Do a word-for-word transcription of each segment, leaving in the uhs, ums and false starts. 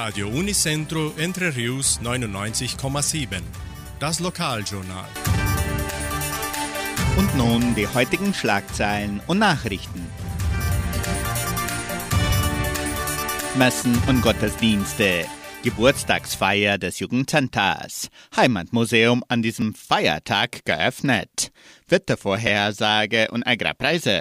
Radio Unicentro Entre Rius neunundneunzig Komma sieben. Das Lokaljournal. Und nun die heutigen Schlagzeilen und Nachrichten. Messen und Gottesdienste. Geburtstagsfeier des Jugendcenters. Heimatmuseum an diesem Feiertag geöffnet. Wettervorhersage und Agrarpreise.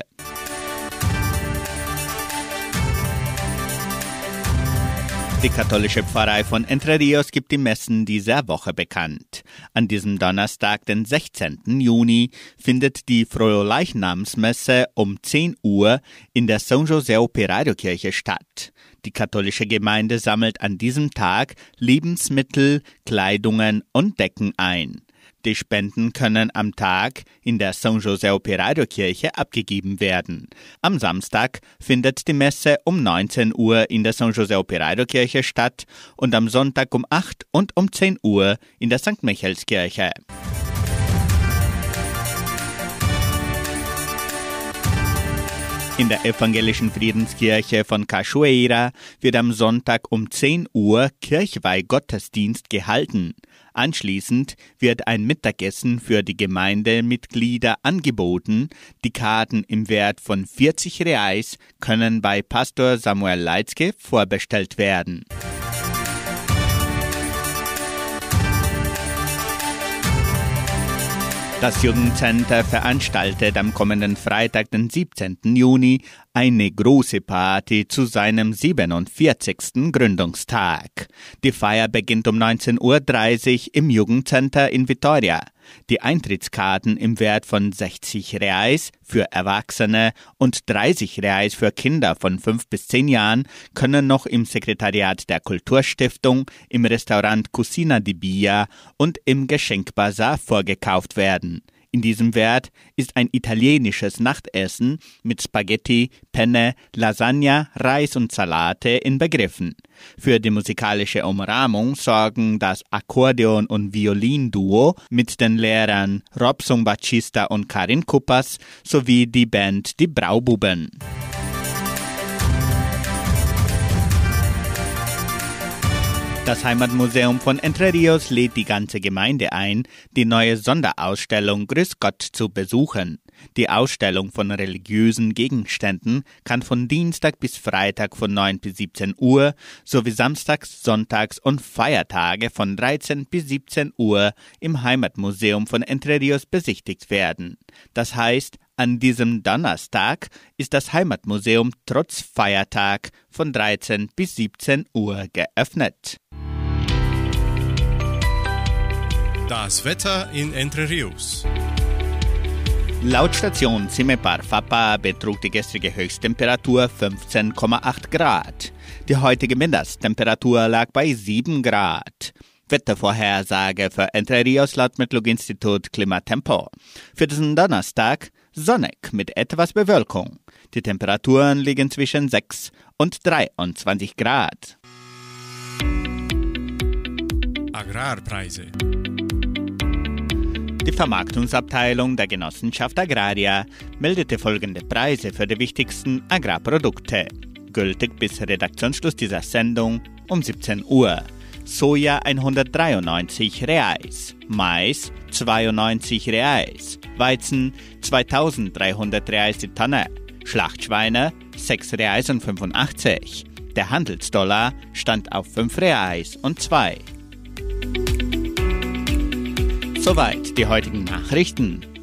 Die katholische Pfarrei von Entre Rios gibt die Messen dieser Woche bekannt. An diesem Donnerstag, den sechzehnten Juni, findet die Frohleichnamsmesse um zehn Uhr in der San José Operario Kirche statt. Die katholische Gemeinde sammelt an diesem Tag Lebensmittel, Kleidungen und Decken ein. Die Spenden können am Tag in der San José Operario Kirche abgegeben werden. Am Samstag findet die Messe um neunzehn Uhr in der San José Operario Kirche statt und am Sonntag um acht und um zehn Uhr in der Sankt Michaelskirche. In der evangelischen Friedenskirche von Cachoeira wird am Sonntag um zehn Uhr Kirchweihgottesdienst gehalten. Anschließend wird ein Mittagessen für die Gemeindemitglieder angeboten. Die Karten im Wert von vierzig Reais können bei Pastor Samuel Leitzke vorbestellt werden. Das Jugendcenter veranstaltet am kommenden Freitag, den siebzehnten Juni, eine große Party zu seinem siebenundvierzigsten Gründungstag. Die Feier beginnt um neunzehn Uhr dreißig im Jugendcenter in Vitoria. Die Eintrittskarten im Wert von sechzig Reais für Erwachsene und dreißig Reais für Kinder von fünf bis zehn Jahren können noch im Sekretariat der Kulturstiftung, im Restaurant Cucina di Bia und im Geschenkbazar vorgekauft werden. In diesem Wert ist ein italienisches Nachtessen mit Spaghetti, Penne, Lasagne, Reis und Salate inbegriffen. Für die musikalische Umrahmung sorgen das Akkordeon- und Violinduo mit den Lehrern Robson Bacista und Karin Kuppas sowie die Band Die Braububen. Das Heimatmuseum von Entre Rios lädt die ganze Gemeinde ein, die neue Sonderausstellung Grüß Gott zu besuchen. Die Ausstellung von religiösen Gegenständen kann von Dienstag bis Freitag von neun bis siebzehn Uhr sowie Samstags, Sonntags und Feiertage von dreizehn bis siebzehn Uhr im Heimatmuseum von Entre Rios besichtigt werden. Das heißt, an diesem Donnerstag ist das Heimatmuseum trotz Feiertag von dreizehn bis siebzehn Uhr geöffnet. Das Wetter in Entre Rios. Laut Station Cimepar Fapa betrug die gestrige Höchsttemperatur fünfzehn Komma acht Grad. Die heutige Mindesttemperatur lag bei sieben Grad. Wettervorhersage für Entre Rios laut Metlog-Institut Klimatempo. Für diesen Donnerstag sonnig mit etwas Bewölkung. Die Temperaturen liegen zwischen sechs und dreiundzwanzig Grad. Agrarpreise. Die Vermarktungsabteilung der Genossenschaft Agraria meldete folgende Preise für die wichtigsten Agrarprodukte. Gültig bis Redaktionsschluss dieser Sendung um siebzehn Uhr. Soja hundertdreiundneunzig Reais, Mais zweiundneunzig Reais, Weizen zweitausenddreihundert Reais die Tonne, Schlachtschweine sechs Reais und fünfundachtzig. Der Handelsdollar stand auf fünf Reais und zwei. Soweit die heutigen Nachrichten.